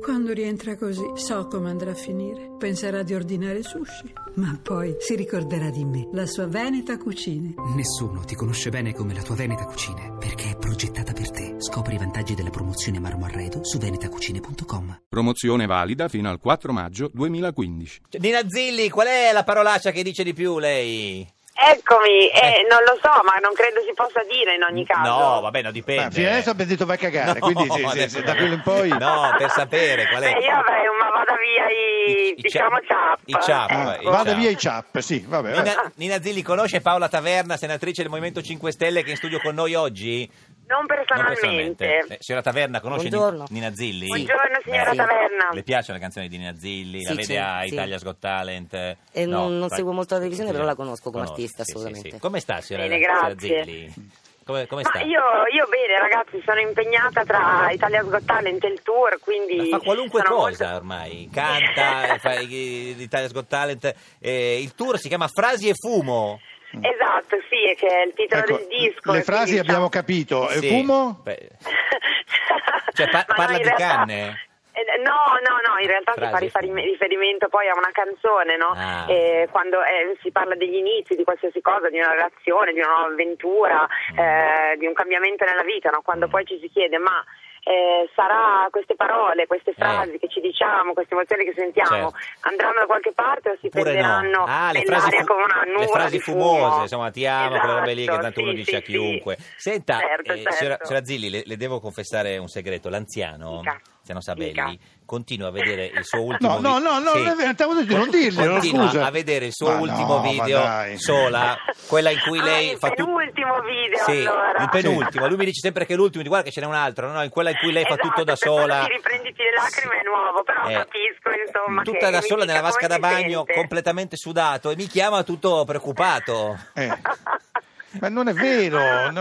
Quando rientra così, so come andrà a finire. Penserà di ordinare sushi, ma poi si ricorderà di me, la sua Veneta Cucine. Nessuno ti conosce bene come la tua Veneta Cucine, perché è progettata per te. Scopri i vantaggi della promozione Marmo Arredo su venetacucine.com. Promozione valida fino al 4 maggio 2015. Nina Zilli, qual è la parolaccia che dice di più lei? Eccomi, non lo so, ma non credo si possa dire in ogni caso. No, vabbè, no, dipende. Fino adesso abbiamo detto vai a cagare, No, quindi adesso da quello in poi... No, per sapere qual è. Io avrei un ma vada via diciamo ciap. I ciap. Vada via i ciap, sì, vabbè. Nina Zilli conosce Paola Taverna, senatrice del Movimento 5 Stelle, che è in studio con noi oggi? Non personalmente. Signora Taverna, conosce Buongiorno. Nina Zilli? Buongiorno signora Sì. Taverna. Le piacciono le canzoni di Nina Zilli? La Sì, vede sì, a sì. Italia's Got Talent? E No, non seguo molto la televisione, però la conosco come Conosci, artista, sì, assolutamente. sì. Come sta signora, Bene, signora grazie. Zilli? Come Ma sta? io bene ragazzi, sono impegnata tra Italia's Got Talent e il tour, quindi... Ma fa qualunque sono cosa molto- ormai, canta, fa l'Italia's Got Talent, il tour si chiama Frasi e Fumo. Esatto, sì, che è il titolo Ecco, del disco. le e frasi quindi, abbiamo capito, e Sì. fumo? Beh, cioè Ma no, parla in di realtà- canne? No, in realtà Frasi. si fa riferimento poi a una canzone, no? Ah. Quando si parla degli inizi, di qualsiasi cosa, di una relazione, di una nuova avventura, di un cambiamento nella vita, no? Quando poi ci si chiede ma sarà queste parole, queste frasi che ci diciamo, queste emozioni che sentiamo, Certo. andranno da qualche parte o si Oppure perderanno no. Ah, nell'aria come una nuvola le frasi di famose, fumo. insomma, ti amo, quelle robe lì che tanto uno sì, dice a sì, chiunque. sì. Senta, Certo. signora Zilli, le devo confessare un segreto. L'anziano, Dica. Anziano Sabelli, Dica. continua a vedere il suo ultimo No, video. non è vero, stavo dicendo, non dirglielo, Continua scusa. a vedere il suo Ma ultimo no, ma video dai. sola, quella in cui lei il fa tutto. penultimo video, Sì, allora. il penultimo. Lui mi dice sempre che è l'ultimo, di guarda che ce n'è un altro, no? In quella in cui lei fa tutto da Esatto, per sola. quando ti riprenditi le lacrime è nuovo, però capisco insomma che Tutta da mi sola dica nella vasca come da si bagno, sente. completamente sudato, e mi chiama tutto preoccupato. Ma non è vero,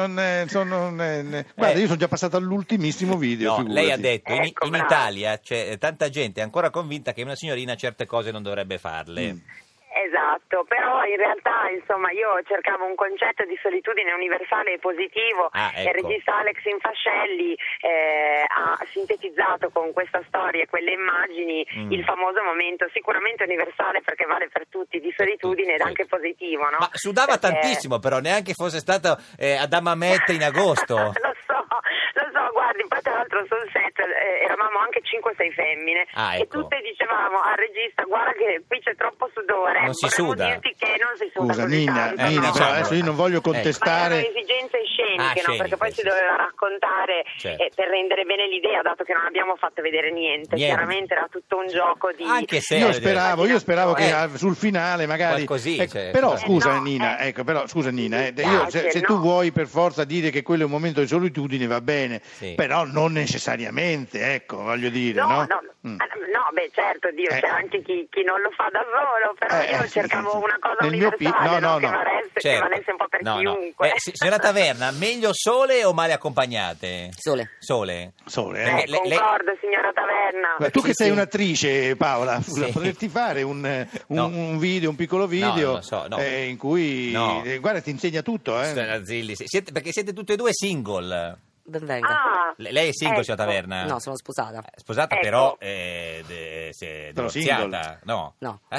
guarda, io sono già passato all'ultimissimo video. No, figurati. lei ha detto Ecco, in bravo. Italia c'è tanta gente ancora convinta che una signorina certe cose non dovrebbe farle. Esatto, però in realtà insomma io cercavo un concetto di solitudine universale e positivo e il Ecco. regista Alex Infascelli ha sintetizzato con questa storia e quelle immagini il famoso momento sicuramente universale perché vale per tutti di solitudine ed Certo. anche positivo, no? Ma sudava Perché- tantissimo però, neanche fosse stato ad Amamet in agosto. Lo so, guardi, poi tra l'altro sul set eravamo anche 5-6 femmine Ah, e ecco. tutte dicevamo al regista guarda che qui c'è troppo sudore, Non si vorremmo suda. dirti che non si suda Scusa, così Nina, tanto, Nina, no? però adesso io non voglio Ma erano contestare... esigenze sceniche, Ah, no? Perché poi sceniche, si sì, doveva raccontare Certo. per rendere bene l'idea, dato che non abbiamo fatto vedere niente. Chiaramente era tutto un gioco di... Anche se Io speravo che Eh. sul finale magari... Qualcosì, Ecco, cioè, però cosa- scusa no, Nina, io, Grazie, se no. tu vuoi per forza dire che quello è un momento di solitudine va bene, Sì. però non necessariamente, ecco, voglio dire, No, no? no, beh certo, Dio, c'è anche chi non lo fa da solo, però io cercavo sì. una cosa Nel mio universale, no, che no. valesse, Certo. che valesse un po' per No, no. chiunque. Signora Taverna, meglio sole o male accompagnate? Sole. Sole. Sole, Perché lei- Concordo, signora Taverna. Ma tu che Sì, sei sì. un'attrice, Paola, Sì. potresti fare un video, un piccolo No, video non lo so, no. in cui, No. Guarda, ti insegna tutto, Signora Zilli, perché siete tutte e due single. Ben venga. Ah, Lei è single, ecco. signora Taverna? No, sono sposata. Sposata, Ecco. però si è Però divorziata. single. No. No. Ah,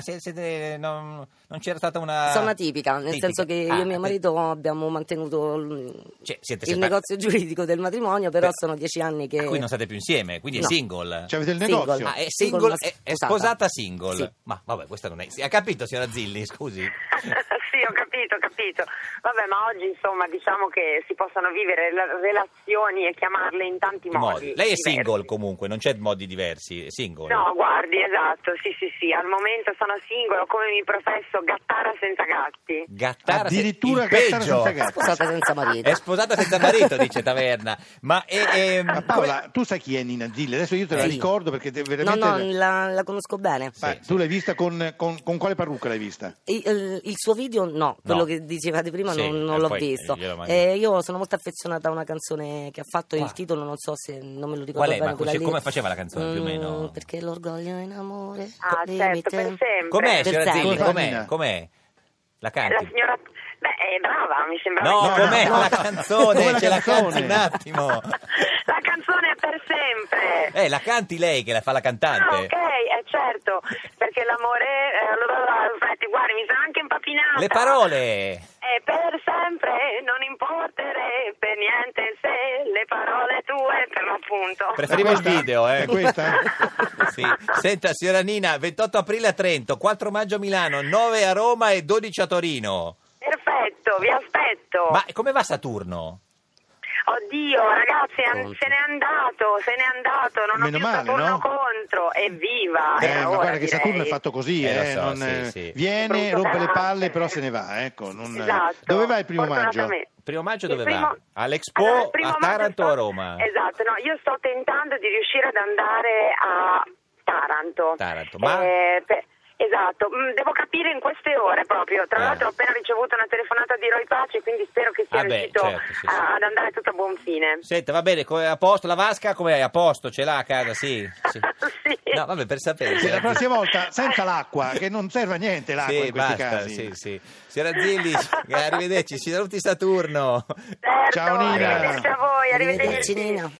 non c'era stata una... Sono atipica, nel Tipica. senso che io e mio marito abbiamo mantenuto Cioè, siete il separati. negozio giuridico del matrimonio, però sono 10 anni che... Qui non state più insieme, quindi No. è single. Cioè, avete il Single. negozio? Ah, è Single, single, ma è sposata. sposata single. Sì. Ma vabbè, questa non è... Ha capito, signora Zilli, scusi? Sì, ho capito. Vabbè, ma oggi insomma diciamo che si possono vivere relazioni e chiamarle in tanti modi. Lei è diversi. single comunque, non c'è modi diversi, è single. No, guardi, esatto, sì, al momento sono single, come mi professo, gattara senza gatti. Gattara Addirittura il gattara peggio. senza gatti. Sposata senza marito. È sposata senza marito, dice Taverna. Ma Ma Paola, tu sai chi è Nina Zilli? Adesso io te la Sì. ricordo perché No, veramente... la conosco bene. Sì, Tu l'hai vista con quale parrucca l'hai vista? Il suo video no, quello No. che dicevate prima Sì, non l'ho poi, visto. glielo mando. Io sono molto affezionata a una canzone che ha fatto, il titolo non so se non me lo ricordo qual è? bene. Ma quella lì. come faceva la canzone più o meno? Perché l'orgoglio in amore. Ah, certo, per sempre. Com'è, Per signora sempre. Zilli? Come fa, Nina? Com'è? La La canti? Beh, è brava, mi sembra. No, com'è no. la canzone? Come la Ce la canti canzone? un attimo. La canzone è per sempre. La canti lei che la fa la cantante? Ah, ok, certo, perché l'amore, allora, aspetti, guardi, mi sono anche impapinata. Le parole. E per sempre non importerebbe per niente se le parole tue, per l'appunto. Preferivo il video, È questa? Sì. Senta, signora Nina, 28 aprile a Trento, 4 maggio a Milano, 9 a Roma e 12 a Torino. Perfetto, vi aspetto. Ma come va Saturno? Oddio, ragazzi, se n'è andato, non Meno ho più male, Saturno no? contro, evviva. Ma ora, guarda che Saturno direi. è fatto così, Lo so, non, sì. viene, Brutto rompe le palle, carattere. però se ne va, ecco. Esatto. Dove vai il primo maggio? Fortunatamente. Primo maggio Il dove primo- va? All'Expo, Allora, il primo a maggio Taranto o a Roma? Esatto, no, io sto tentando di riuscire ad andare a Taranto. Taranto, ma- Esatto, devo capire in queste ore proprio. Tra l'altro ho appena ricevuto una telefonata di Roy Pace, quindi spero che sia riuscito certo, sì. ad andare tutto a buon fine. Senta, va bene, a posto, la vasca com'è? A posto, ce l'ha a casa, sì. Sì. No, vabbè, per sapere. Sì, la prossima volta senza l'acqua, che non serve a niente l'acqua Sì, in questi basta, casi. sì. Signora Zilli, arrivederci, ci saluti Saturno. Certo, Ciao, Nina. arrivederci a voi, Arrivederci, Nina.